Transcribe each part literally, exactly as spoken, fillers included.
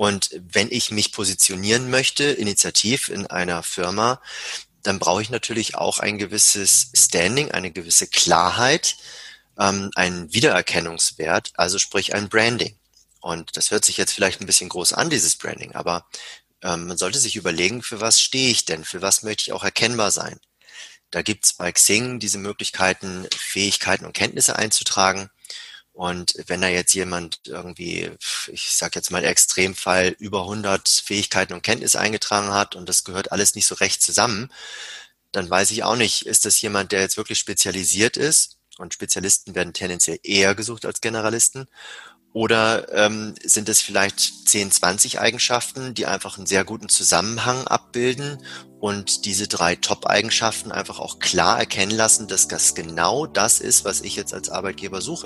Und wenn ich mich positionieren möchte, initiativ in einer Firma, dann brauche ich natürlich auch ein gewisses Standing, eine gewisse Klarheit, ähm, einen Wiedererkennungswert, also sprich ein Branding. Und das hört sich jetzt vielleicht ein bisschen groß an, dieses Branding, aber ähm, man sollte sich überlegen, für was stehe ich denn, für was möchte ich auch erkennbar sein. Da gibt's bei Xing diese Möglichkeiten, Fähigkeiten und Kenntnisse einzutragen. Und wenn da jetzt jemand irgendwie, ich sage jetzt mal Extremfall, über hundert Fähigkeiten und Kenntnisse eingetragen hat und das gehört alles nicht so recht zusammen, dann weiß ich auch nicht, ist das jemand, der jetzt wirklich spezialisiert ist? Und Spezialisten werden tendenziell eher gesucht als Generalisten. Oder ähm, sind es vielleicht zehn, zwanzig Eigenschaften, die einfach einen sehr guten Zusammenhang abbilden und diese drei Top-Eigenschaften einfach auch klar erkennen lassen, dass das genau das ist, was ich jetzt als Arbeitgeber suche.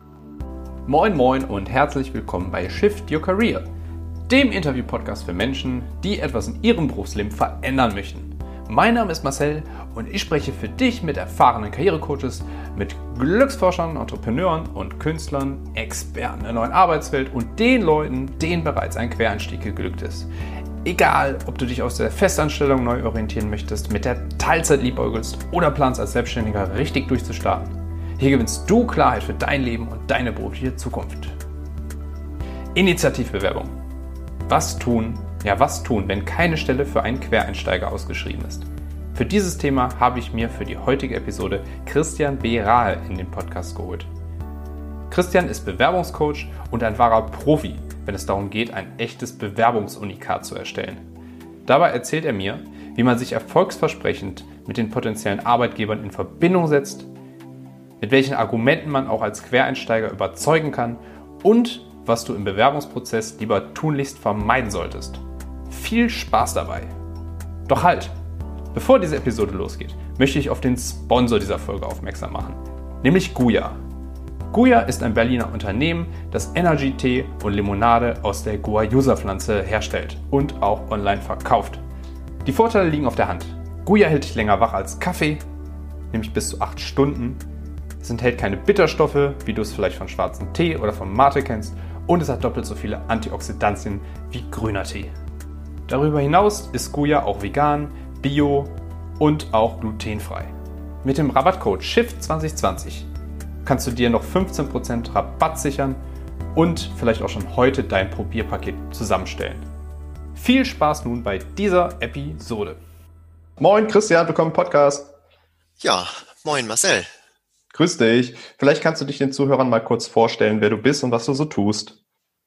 Moin moin und herzlich willkommen bei Shift Your Career, dem Interview-Podcast für Menschen, die etwas in ihrem Berufsleben verändern möchten. Mein Name ist Marcel und ich spreche für dich mit erfahrenen Karrierecoaches, mit Glücksforschern, Entrepreneuren und Künstlern, Experten der neuen Arbeitswelt und den Leuten, denen bereits ein Quereinstieg geglückt ist. Egal, ob du dich aus der Festanstellung neu orientieren möchtest, mit der Teilzeit liebäugelst oder planst als Selbstständiger richtig durchzustarten. Hier gewinnst du Klarheit für dein Leben und deine berufliche Zukunft. Initiativbewerbung. Was tun, ja was tun, wenn keine Stelle für einen Quereinsteiger ausgeschrieben ist? Für dieses Thema habe ich mir für die heutige Episode Christian B. Rahe in den Podcast geholt. Christian ist Bewerbungscoach und ein wahrer Profi, wenn es darum geht, ein echtes Bewerbungsunikat zu erstellen. Dabei erzählt er mir, wie man sich erfolgsversprechend mit den potenziellen Arbeitgebern in Verbindung setzt, mit welchen Argumenten man auch als Quereinsteiger überzeugen kann und was du im Bewerbungsprozess lieber tunlichst vermeiden solltest. Viel Spaß dabei! Doch halt! Bevor diese Episode losgeht, möchte ich auf den Sponsor dieser Folge aufmerksam machen, nämlich Guya. Guya ist ein Berliner Unternehmen, das Energy-Tee und Limonade aus der Guayusa-Pflanze herstellt und auch online verkauft. Die Vorteile liegen auf der Hand. Guya hält dich länger wach als Kaffee, nämlich bis zu acht Stunden. Es enthält keine Bitterstoffe, wie du es vielleicht von schwarzem Tee oder von Mate kennst, und es hat doppelt so viele Antioxidantien wie grüner Tee. Darüber hinaus ist Guya auch vegan, bio und auch glutenfrei. Mit dem Rabattcode Shift zwanzig zwanzig kannst du dir noch fünfzehn Prozent Rabatt sichern und vielleicht auch schon heute dein Probierpaket zusammenstellen. Viel Spaß nun bei dieser Episode. Moin Christian, willkommen im Podcast. Ja, moin Marcel. Grüß dich. Vielleicht kannst du dich den Zuhörern mal kurz vorstellen, wer du bist und was du so tust.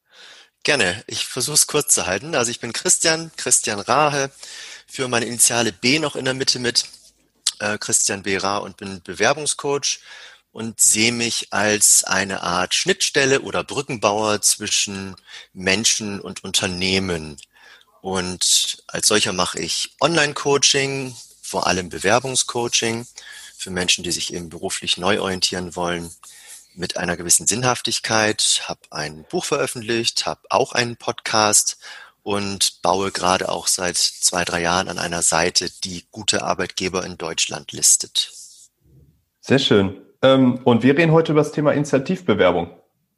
Gerne. Ich versuche es kurz zu halten. Also ich bin Christian, Christian Rahe, führe meine Initiale B noch in der Mitte mit, äh, Christian B. Rahe, und bin Bewerbungscoach und sehe mich als eine Art Schnittstelle oder Brückenbauer zwischen Menschen und Unternehmen. Und als solcher mache ich Online-Coaching, vor allem Bewerbungscoaching für Menschen, die sich eben beruflich neu orientieren wollen, mit einer gewissen Sinnhaftigkeit, habe ein Buch veröffentlicht, habe auch einen Podcast und baue gerade auch seit zwei, drei Jahren an einer Seite, die gute Arbeitgeber in Deutschland listet. Sehr schön. Ähm, und wir reden heute über das Thema Initiativbewerbung.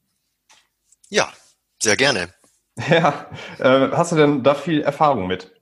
Ja, sehr gerne. Ja, äh, hast du denn da viel Erfahrung mit?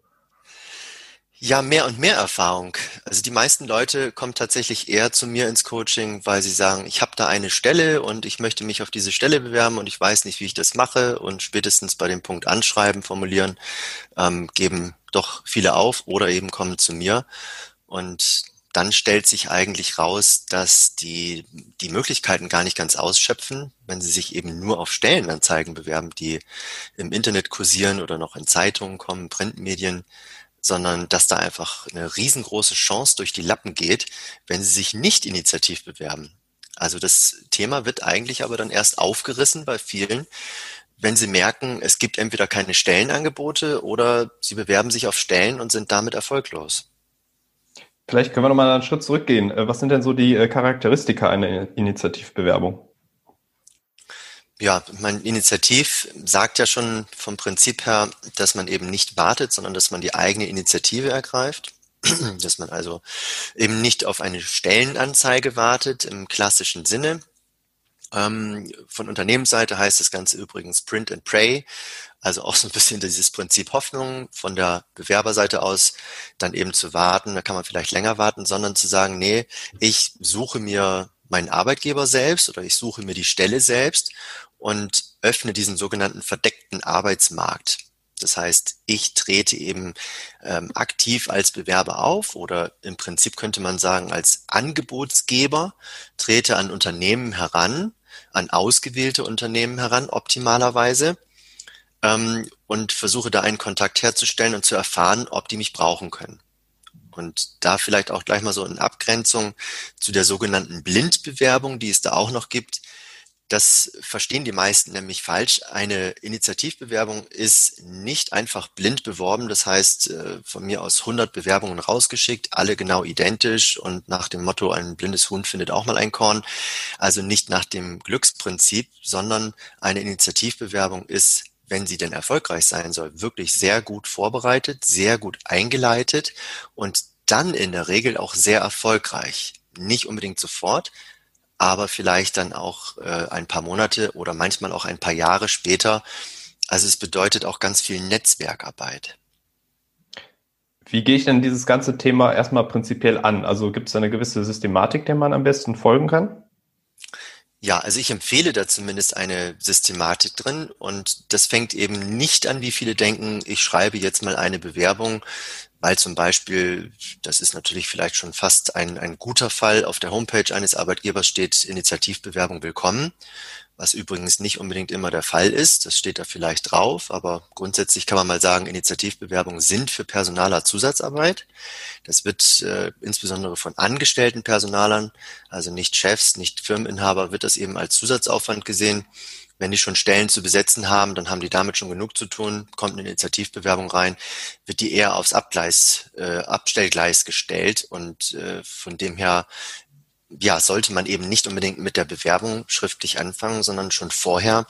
Ja, mehr und mehr Erfahrung. Also die meisten Leute kommen tatsächlich eher zu mir ins Coaching, weil sie sagen, ich habe da eine Stelle und ich möchte mich auf diese Stelle bewerben und ich weiß nicht, wie ich das mache, und spätestens bei dem Punkt Anschreiben, Formulieren, ähm, geben doch viele auf oder eben kommen zu mir, und dann stellt sich eigentlich raus, dass die die Möglichkeiten gar nicht ganz ausschöpfen, wenn sie sich eben nur auf Stellenanzeigen bewerben, die im Internet kursieren oder noch in Zeitungen kommen, Printmedien, sondern dass da einfach eine riesengroße Chance durch die Lappen geht, wenn sie sich nicht initiativ bewerben. Also das Thema wird eigentlich aber dann erst aufgerissen bei vielen, wenn sie merken, es gibt entweder keine Stellenangebote oder sie bewerben sich auf Stellen und sind damit erfolglos. Vielleicht können wir nochmal einen Schritt zurückgehen. Was sind denn so die Charakteristika einer Initiativbewerbung? Ja, mein Initiativ sagt ja schon vom Prinzip her, dass man eben nicht wartet, sondern dass man die eigene Initiative ergreift, dass man also eben nicht auf eine Stellenanzeige wartet im klassischen Sinne, Ähm, von Unternehmensseite heißt das Ganze übrigens Print and Pray, also auch so ein bisschen dieses Prinzip Hoffnung von der Bewerberseite aus, dann eben zu warten, da kann man vielleicht länger warten, sondern zu sagen, nee, ich suche mir meinen Arbeitgeber selbst oder ich suche mir die Stelle selbst und öffne diesen sogenannten verdeckten Arbeitsmarkt. Das heißt, ich trete eben ähm, aktiv als Bewerber auf oder im Prinzip könnte man sagen, als Angebotsgeber trete an Unternehmen heran, an ausgewählte Unternehmen heran, optimalerweise, ähm, und versuche da einen Kontakt herzustellen und zu erfahren, ob die mich brauchen können. Und da vielleicht auch gleich mal so in Abgrenzung zu der sogenannten Blindbewerbung, die es da auch noch gibt. Das verstehen die meisten nämlich falsch. Eine Initiativbewerbung ist nicht einfach blind beworben. Das heißt, von mir aus hundert Bewerbungen rausgeschickt, alle genau identisch und nach dem Motto, ein blindes Huhn findet auch mal ein Korn. Also nicht nach dem Glücksprinzip, sondern eine Initiativbewerbung ist, wenn sie denn erfolgreich sein soll, wirklich sehr gut vorbereitet, sehr gut eingeleitet und dann in der Regel auch sehr erfolgreich. Nicht unbedingt sofort, aber vielleicht dann auch äh, ein paar Monate oder manchmal auch ein paar Jahre später. Also es bedeutet auch ganz viel Netzwerkarbeit. Wie gehe ich denn dieses ganze Thema erstmal prinzipiell an? Also gibt es eine gewisse Systematik, der man am besten folgen kann? Ja, also ich empfehle da zumindest eine Systematik drin und das fängt eben nicht an, wie viele denken, ich schreibe jetzt mal eine Bewerbung, weil zum Beispiel, das ist natürlich vielleicht schon fast ein, ein guter Fall, auf der Homepage eines Arbeitgebers steht Initiativbewerbung willkommen, was übrigens nicht unbedingt immer der Fall ist. Das steht da vielleicht drauf, aber grundsätzlich kann man mal sagen, Initiativbewerbungen sind für Personaler Zusatzarbeit. Das wird äh, insbesondere von angestellten Personalern, also nicht Chefs, nicht Firmeninhaber, wird das eben als Zusatzaufwand gesehen. Wenn die schon Stellen zu besetzen haben, dann haben die damit schon genug zu tun, kommt eine Initiativbewerbung rein, wird die eher aufs Abgleis, äh, Abstellgleis gestellt und äh, von dem her ja, sollte man eben nicht unbedingt mit der Bewerbung schriftlich anfangen, sondern schon vorher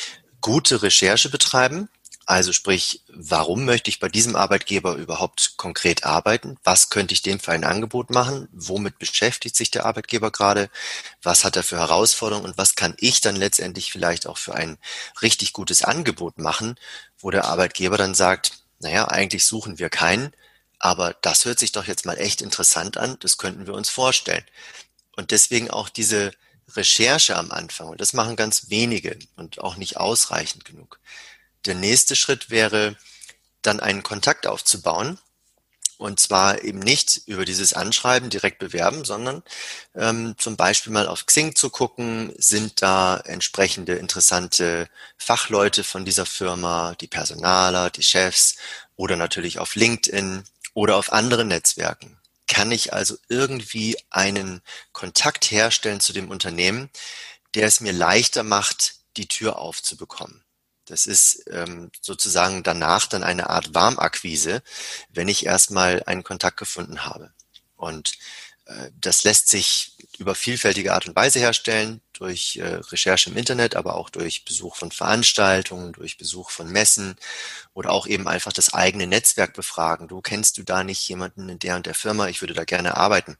gute Recherche betreiben. Also sprich, warum möchte ich bei diesem Arbeitgeber überhaupt konkret arbeiten? Was könnte ich dem für ein Angebot machen? Womit beschäftigt sich der Arbeitgeber gerade? Was hat er für Herausforderungen? Und was kann ich dann letztendlich vielleicht auch für ein richtig gutes Angebot machen, wo der Arbeitgeber dann sagt, naja, eigentlich suchen wir keinen, aber das hört sich doch jetzt mal echt interessant an, das könnten wir uns vorstellen. Und deswegen auch diese Recherche am Anfang. Und das machen ganz wenige und auch nicht ausreichend genug. Der nächste Schritt wäre, dann einen Kontakt aufzubauen. Und zwar eben nicht über dieses Anschreiben direkt bewerben, sondern ähm, zum Beispiel mal auf Xing zu gucken, sind da entsprechende interessante Fachleute von dieser Firma, die Personaler, die Chefs oder natürlich auf LinkedIn oder auf anderen Netzwerken. Kann ich also irgendwie einen Kontakt herstellen zu dem Unternehmen, der es mir leichter macht, die Tür aufzubekommen. Das ist ähm, sozusagen danach dann eine Art Warmakquise, wenn ich erstmal einen Kontakt gefunden habe. Und äh, das lässt sich über vielfältige Art und Weise herstellen, durch äh, Recherche im Internet, aber auch durch Besuch von Veranstaltungen, durch Besuch von Messen oder auch eben einfach das eigene Netzwerk befragen. Du, kennst du da nicht jemanden in der und der Firma? Ich würde da gerne arbeiten.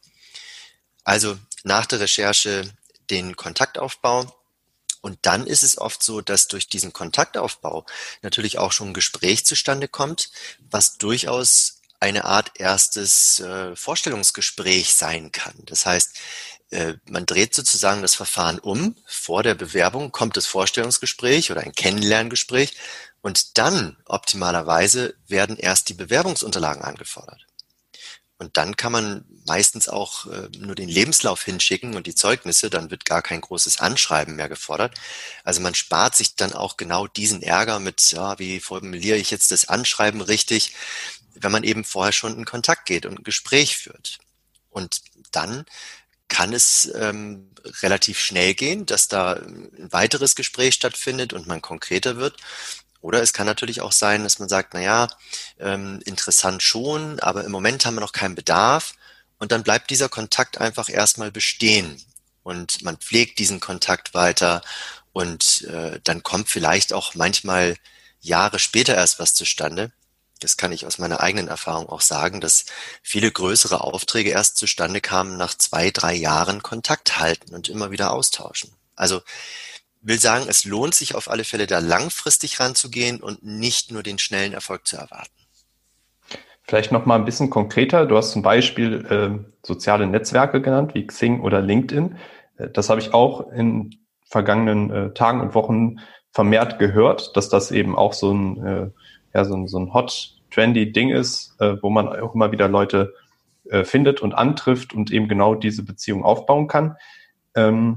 Also nach der Recherche den Kontaktaufbau. Und dann ist es oft so, dass durch diesen Kontaktaufbau natürlich auch schon ein Gespräch zustande kommt, was durchaus eine Art erstes äh, Vorstellungsgespräch sein kann. Das heißt, äh, man dreht sozusagen das Verfahren um. Vor der Bewerbung kommt das Vorstellungsgespräch oder ein Kennenlerngespräch und dann optimalerweise werden erst die Bewerbungsunterlagen angefordert. Und dann kann man meistens auch äh, nur den Lebenslauf hinschicken und die Zeugnisse, dann wird gar kein großes Anschreiben mehr gefordert. Also man spart sich dann auch genau diesen Ärger mit, ja, wie formuliere ich jetzt das Anschreiben richtig, wenn man eben vorher schon in Kontakt geht und ein Gespräch führt. Und dann kann es ähm, relativ schnell gehen, dass da ein weiteres Gespräch stattfindet und man konkreter wird. Oder es kann natürlich auch sein, dass man sagt, na ja, ähm, interessant schon, aber im Moment haben wir noch keinen Bedarf. Und dann bleibt dieser Kontakt einfach erstmal bestehen. Und man pflegt diesen Kontakt weiter. Und äh, dann kommt vielleicht auch manchmal Jahre später erst was zustande. Das kann ich aus meiner eigenen Erfahrung auch sagen, dass viele größere Aufträge erst zustande kamen nach zwei, drei Jahren Kontakt halten und immer wieder austauschen. Also will sagen, es lohnt sich auf alle Fälle, da langfristig ranzugehen und nicht nur den schnellen Erfolg zu erwarten. Vielleicht noch mal ein bisschen konkreter. Du hast zum Beispiel äh, soziale Netzwerke genannt, wie Xing oder LinkedIn. Äh, das habe ich auch in vergangenen äh, Tagen und Wochen vermehrt gehört, dass das eben auch so ein, äh, ja, so ein, so ein hot, trendy Ding ist, äh, wo man auch immer wieder Leute äh, findet und antrifft und eben genau diese Beziehung aufbauen kann. Ähm,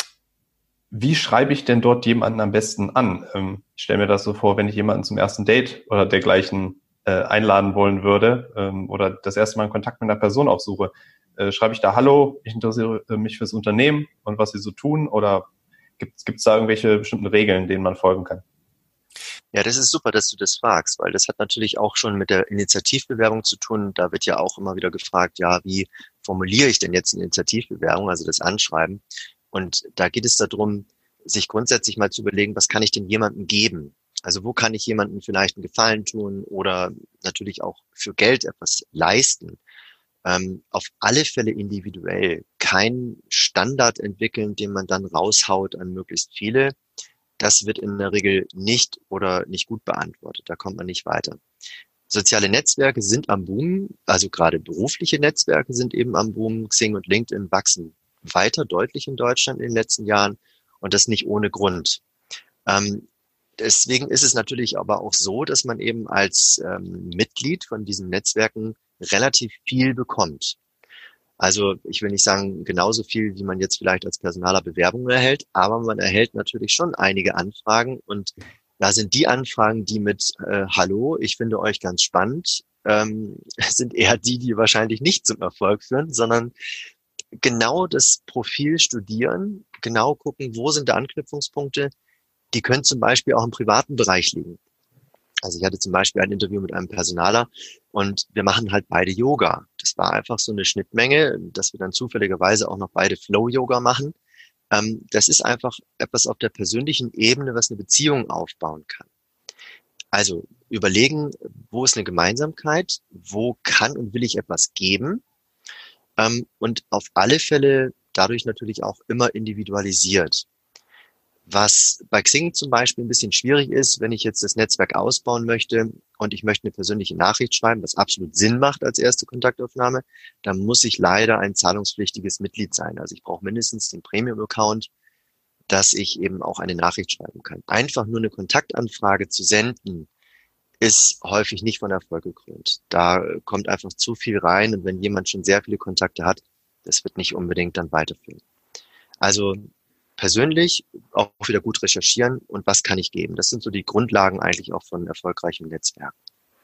Wie schreibe ich denn dort jemanden am besten an? Ähm, ich stelle mir das so vor, wenn ich jemanden zum ersten Date oder dergleichen äh, einladen wollen würde ähm, oder das erste Mal einen Kontakt mit einer Person aufsuche. Äh, schreibe ich da Hallo, ich interessiere mich fürs Unternehmen und was sie so tun, oder gibt es da irgendwelche bestimmten Regeln, denen man folgen kann? Ja, das ist super, dass du das fragst, weil das hat natürlich auch schon mit der Initiativbewerbung zu tun. Da wird ja auch immer wieder gefragt, ja, wie formuliere ich denn jetzt eine Initiativbewerbung, also das Anschreiben? Und da geht es darum, sich grundsätzlich mal zu überlegen, was kann ich denn jemandem geben? Also wo kann ich jemandem vielleicht einen Gefallen tun oder natürlich auch für Geld etwas leisten? Ähm, auf alle Fälle individuell. Kein Standard entwickeln, den man dann raushaut an möglichst viele. Das wird in der Regel nicht oder nicht gut beantwortet. Da kommt man nicht weiter. Soziale Netzwerke sind am Boom, also gerade berufliche Netzwerke sind eben am Boom. Xing und LinkedIn wachsen weiter deutlich in Deutschland in den letzten Jahren und das nicht ohne Grund. Ähm, deswegen ist es natürlich aber auch so, dass man eben als ähm, Mitglied von diesen Netzwerken relativ viel bekommt. Also ich will nicht sagen genauso viel, wie man jetzt vielleicht als Personaler Bewerbungen erhält, aber man erhält natürlich schon einige Anfragen und da sind die Anfragen, die mit äh, Hallo, ich finde euch ganz spannend, ähm, sind eher die, die wahrscheinlich nicht zum Erfolg führen, sondern genau das Profil studieren, genau gucken, wo sind da Anknüpfungspunkte, die können zum Beispiel auch im privaten Bereich liegen. Also ich hatte zum Beispiel ein Interview mit einem Personaler und wir machen halt beide Yoga. Das war einfach so eine Schnittmenge, dass wir dann zufälligerweise auch noch beide Flow-Yoga machen. Ähm, das ist einfach etwas auf der persönlichen Ebene, was eine Beziehung aufbauen kann. Also überlegen, wo ist eine Gemeinsamkeit, wo kann und will ich etwas geben, ähm, und auf alle Fälle dadurch natürlich auch immer individualisiert. Was bei Xing zum Beispiel ein bisschen schwierig ist, wenn ich jetzt das Netzwerk ausbauen möchte und ich möchte eine persönliche Nachricht schreiben, was absolut Sinn macht als erste Kontaktaufnahme, dann muss ich leider ein zahlungspflichtiges Mitglied sein. Also ich brauche mindestens den Premium-Account, dass ich eben auch eine Nachricht schreiben kann. Einfach nur eine Kontaktanfrage zu senden, ist häufig nicht von Erfolg gekrönt. Da kommt einfach zu viel rein und wenn jemand schon sehr viele Kontakte hat, das wird nicht unbedingt dann weiterführen. Also persönlich auch wieder gut recherchieren und was kann ich geben. Das sind so die Grundlagen eigentlich auch von erfolgreichen Netzwerken.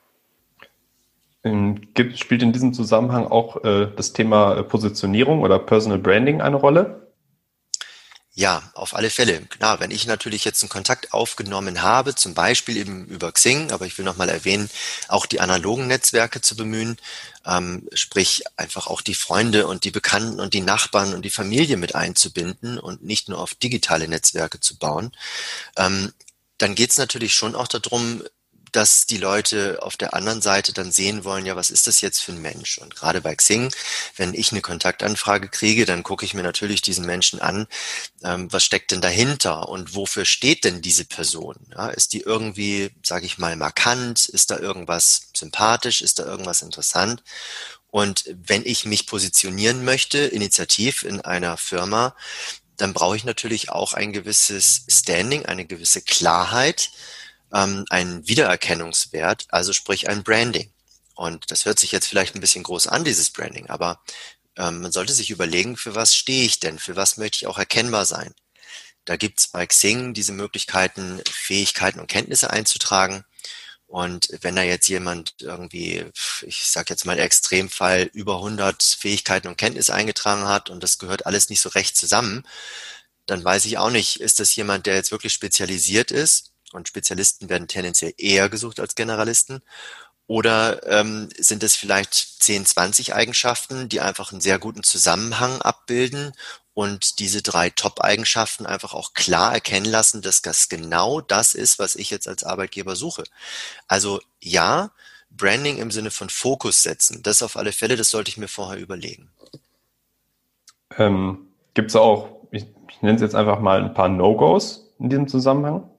Ähm, gibt, spielt in diesem Zusammenhang auch äh, das Thema Positionierung oder Personal Branding eine Rolle? Ja, auf alle Fälle. Klar, wenn ich natürlich jetzt einen Kontakt aufgenommen habe, zum Beispiel eben über Xing, aber ich will nochmal erwähnen, auch die analogen Netzwerke zu bemühen, ähm, sprich einfach auch die Freunde und die Bekannten und die Nachbarn und die Familie mit einzubinden und nicht nur auf digitale Netzwerke zu bauen, ähm, dann geht es natürlich schon auch darum, dass die Leute auf der anderen Seite dann sehen wollen, ja, was ist das jetzt für ein Mensch? Und gerade bei Xing, wenn ich eine Kontaktanfrage kriege, dann gucke ich mir natürlich diesen Menschen an, ähm, was steckt denn dahinter und wofür steht denn diese Person? Ja, ist die irgendwie, sage ich mal, markant? Ist da irgendwas sympathisch? Ist da irgendwas interessant? Und wenn ich mich positionieren möchte, initiativ in einer Firma, dann brauche ich natürlich auch ein gewisses Standing, eine gewisse Klarheit, ähm, einen Wiedererkennungswert, also sprich ein Branding. Und das hört sich jetzt vielleicht ein bisschen groß an, dieses Branding, aber ähm, man sollte sich überlegen, für was stehe ich denn, für was möchte ich auch erkennbar sein. Da gibt's bei Xing diese Möglichkeiten, Fähigkeiten und Kenntnisse einzutragen. Und wenn da jetzt jemand irgendwie, ich sage jetzt mal Extremfall, über hundert Fähigkeiten und Kenntnisse eingetragen hat und das gehört alles nicht so recht zusammen, dann weiß ich auch nicht, ist das jemand, der jetzt wirklich spezialisiert ist? Und Spezialisten werden tendenziell eher gesucht als Generalisten. Oder ähm, sind es vielleicht zehn, zwanzig Eigenschaften, die einfach einen sehr guten Zusammenhang abbilden und diese drei Top-Eigenschaften einfach auch klar erkennen lassen, dass das genau das ist, was ich jetzt als Arbeitgeber suche. Also ja, Branding im Sinne von Fokus setzen, das auf alle Fälle, das sollte ich mir vorher überlegen. Ähm, gibt es auch ich, ich nenne es jetzt einfach mal ein paar No-Gos in diesem Zusammenhang?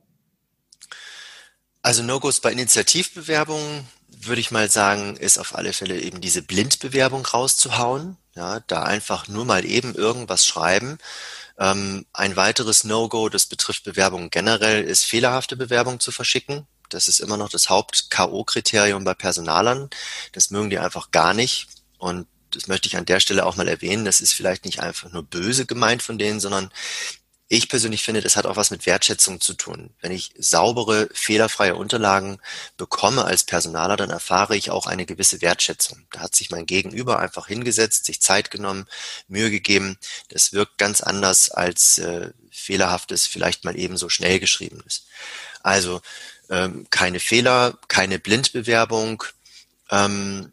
Also No-Gos bei Initiativbewerbungen, würde ich mal sagen, ist auf alle Fälle eben diese Blindbewerbung rauszuhauen. Ja, da einfach nur mal eben irgendwas schreiben. Ähm, ein weiteres No-Go, das betrifft Bewerbungen generell, ist fehlerhafte Bewerbungen zu verschicken. Das ist immer noch das Haupt-K O-Kriterium bei Personalern. Das mögen die einfach gar nicht. Und das möchte ich an der Stelle auch mal erwähnen. Das ist vielleicht nicht einfach nur böse gemeint von denen, sondern ich persönlich finde, das hat auch was mit Wertschätzung zu tun. Wenn ich saubere, fehlerfreie Unterlagen bekomme als Personaler, dann erfahre ich auch eine gewisse Wertschätzung. Da hat sich mein Gegenüber einfach hingesetzt, sich Zeit genommen, Mühe gegeben. Das wirkt ganz anders als äh, fehlerhaftes, vielleicht mal eben so schnell geschriebenes. Also ähm, keine Fehler, keine Blindbewerbung. Ähm,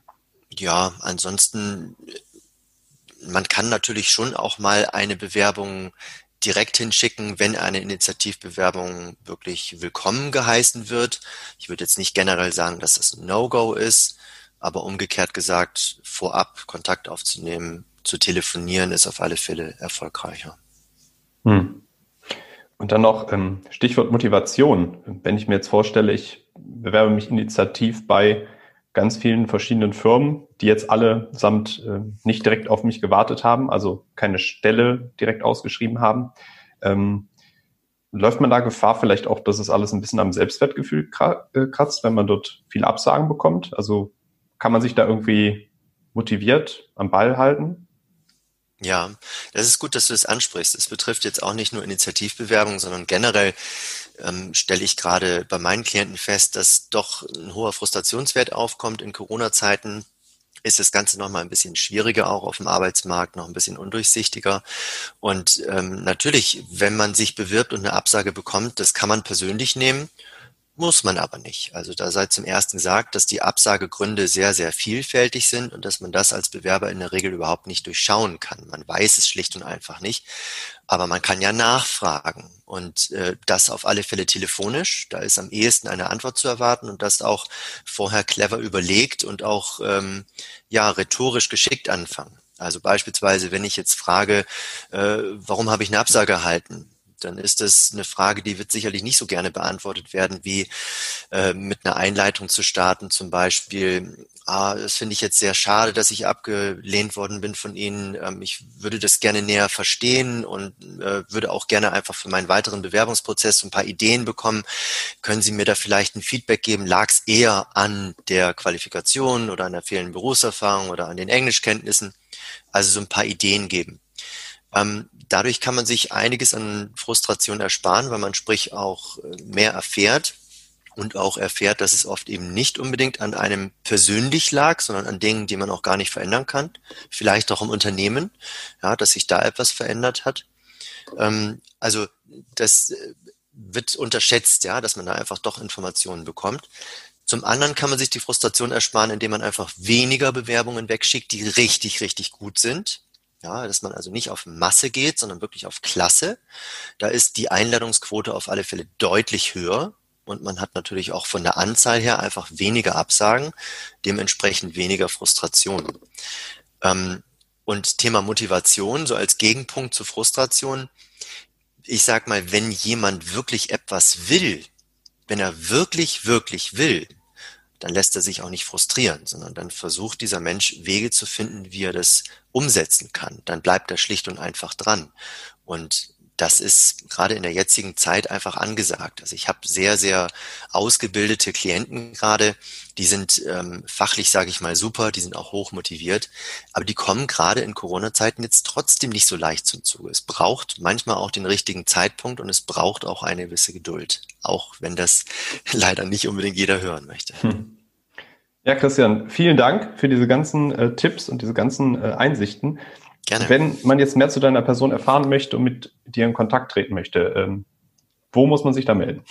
ja, ansonsten, man kann natürlich schon auch mal eine Bewerbung direkt hinschicken, wenn eine Initiativbewerbung wirklich willkommen geheißen wird. Ich würde jetzt nicht generell sagen, dass das ein No-Go ist, aber umgekehrt gesagt, vorab Kontakt aufzunehmen, zu telefonieren, ist auf alle Fälle erfolgreicher. Hm. Und dann noch ähm, Stichwort Motivation. Wenn ich mir jetzt vorstelle, ich bewerbe mich initiativ bei ganz vielen verschiedenen Firmen, die jetzt allesamt äh, nicht direkt auf mich gewartet haben, also keine Stelle direkt ausgeschrieben haben. Ähm, läuft man da Gefahr vielleicht auch, dass es alles ein bisschen am Selbstwertgefühl kratzt, wenn man dort viele Absagen bekommt? Also kann man sich da irgendwie motiviert am Ball halten? Ja, das ist gut, dass du das ansprichst. Es betrifft jetzt auch nicht nur Initiativbewerbungen, sondern generell ähm, stelle ich gerade bei meinen Klienten fest, dass doch ein hoher Frustrationswert aufkommt. In Corona-Zeiten ist das Ganze noch mal ein bisschen schwieriger, auch auf dem Arbeitsmarkt, noch ein bisschen undurchsichtiger. Und ähm, natürlich, wenn man sich bewirbt und eine Absage bekommt, das kann man persönlich nehmen. Muss man aber nicht. Also da sei zum Ersten gesagt, dass die Absagegründe sehr, sehr vielfältig sind und dass man das als Bewerber in der Regel überhaupt nicht durchschauen kann. Man weiß es schlicht und einfach nicht, aber man kann ja nachfragen und äh, das auf alle Fälle telefonisch. Da ist am ehesten eine Antwort zu erwarten und das auch vorher clever überlegt und auch ähm, ja rhetorisch geschickt anfangen. Also beispielsweise, wenn ich jetzt frage, äh, warum habe ich eine Absage erhalten? Dann ist das eine Frage, die wird sicherlich nicht so gerne beantwortet werden, wie äh, mit einer Einleitung zu starten, zum Beispiel, ah, das finde ich jetzt sehr schade, dass ich abgelehnt worden bin von Ihnen. Ähm, ich würde das gerne näher verstehen und äh, würde auch gerne einfach für meinen weiteren Bewerbungsprozess ein paar Ideen bekommen. Können Sie mir da vielleicht ein Feedback geben? Lag es eher an der Qualifikation oder an der fehlenden Berufserfahrung oder an den Englischkenntnissen? Also so ein paar Ideen geben. Ähm, dadurch kann man sich einiges an Frustration ersparen, weil man sprich auch mehr erfährt und auch erfährt, dass es oft eben nicht unbedingt an einem persönlich lag, sondern an Dingen, die man auch gar nicht verändern kann. Vielleicht auch im Unternehmen, ja, dass sich da etwas verändert hat. Ähm, also das wird unterschätzt, ja, dass man da einfach doch Informationen bekommt. Zum anderen kann man sich die Frustration ersparen, indem man einfach weniger Bewerbungen wegschickt, die richtig, richtig gut sind. Ja, dass man also nicht auf Masse geht, sondern wirklich auf Klasse. Da ist die Einladungsquote auf alle Fälle deutlich höher und man hat natürlich auch von der Anzahl her einfach weniger Absagen, dementsprechend weniger Frustration. Ähm, und Thema Motivation, so als Gegenpunkt zur Frustration. Ich sag mal, wenn jemand wirklich etwas will, wenn er wirklich, wirklich will, dann lässt er sich auch nicht frustrieren, sondern dann versucht dieser Mensch Wege zu finden, wie er das umsetzen kann. Dann bleibt er schlicht und einfach dran. Und das ist gerade in der jetzigen Zeit einfach angesagt. Also ich habe sehr, sehr ausgebildete Klienten gerade, die sind ähm, fachlich, sage ich mal, super, die sind auch hoch motiviert, aber die kommen gerade in Corona-Zeiten jetzt trotzdem nicht so leicht zum Zuge. Es braucht manchmal auch den richtigen Zeitpunkt und es braucht auch eine gewisse Geduld, auch wenn das leider nicht unbedingt jeder hören möchte. Hm. Ja, Christian, vielen Dank für diese ganzen äh, Tipps und diese ganzen äh, Einsichten. Gerne. Wenn man jetzt mehr zu deiner Person erfahren möchte und mit dir in Kontakt treten möchte, ähm, wo muss man sich da melden?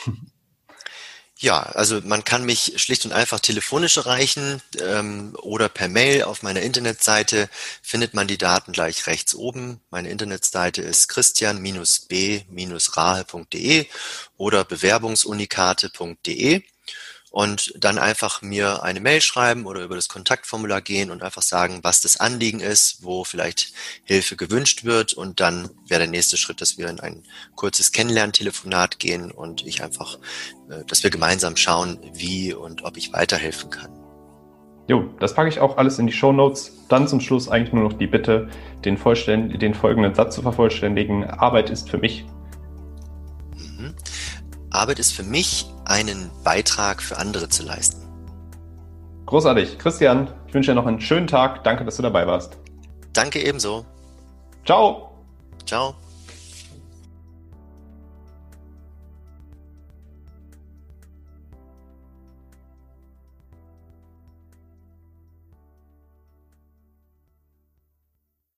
Ja, also man kann mich schlicht und einfach telefonisch erreichen ähm, oder per Mail. Auf meiner Internetseite findet man die Daten gleich rechts oben. Meine Internetseite ist christian b rahe punkt de oder bewerbungsunikate punkt de. und dann einfach mir eine Mail schreiben oder über das Kontaktformular gehen und einfach sagen, was das Anliegen ist, wo vielleicht Hilfe gewünscht wird, und dann wäre der nächste Schritt, dass wir in ein kurzes Kennenlerntelefonat gehen und ich einfach, dass wir gemeinsam schauen, wie und ob ich weiterhelfen kann. Jo, das packe ich auch alles in die Shownotes. Dann zum Schluss eigentlich nur noch die Bitte, den, vollständ- den folgenden Satz zu vervollständigen. Arbeit ist für mich. Mhm. Arbeit ist für mich, einen Beitrag für andere zu leisten. Großartig. Christian, ich wünsche dir noch einen schönen Tag. Danke, dass du dabei warst. Danke ebenso. Ciao. Ciao.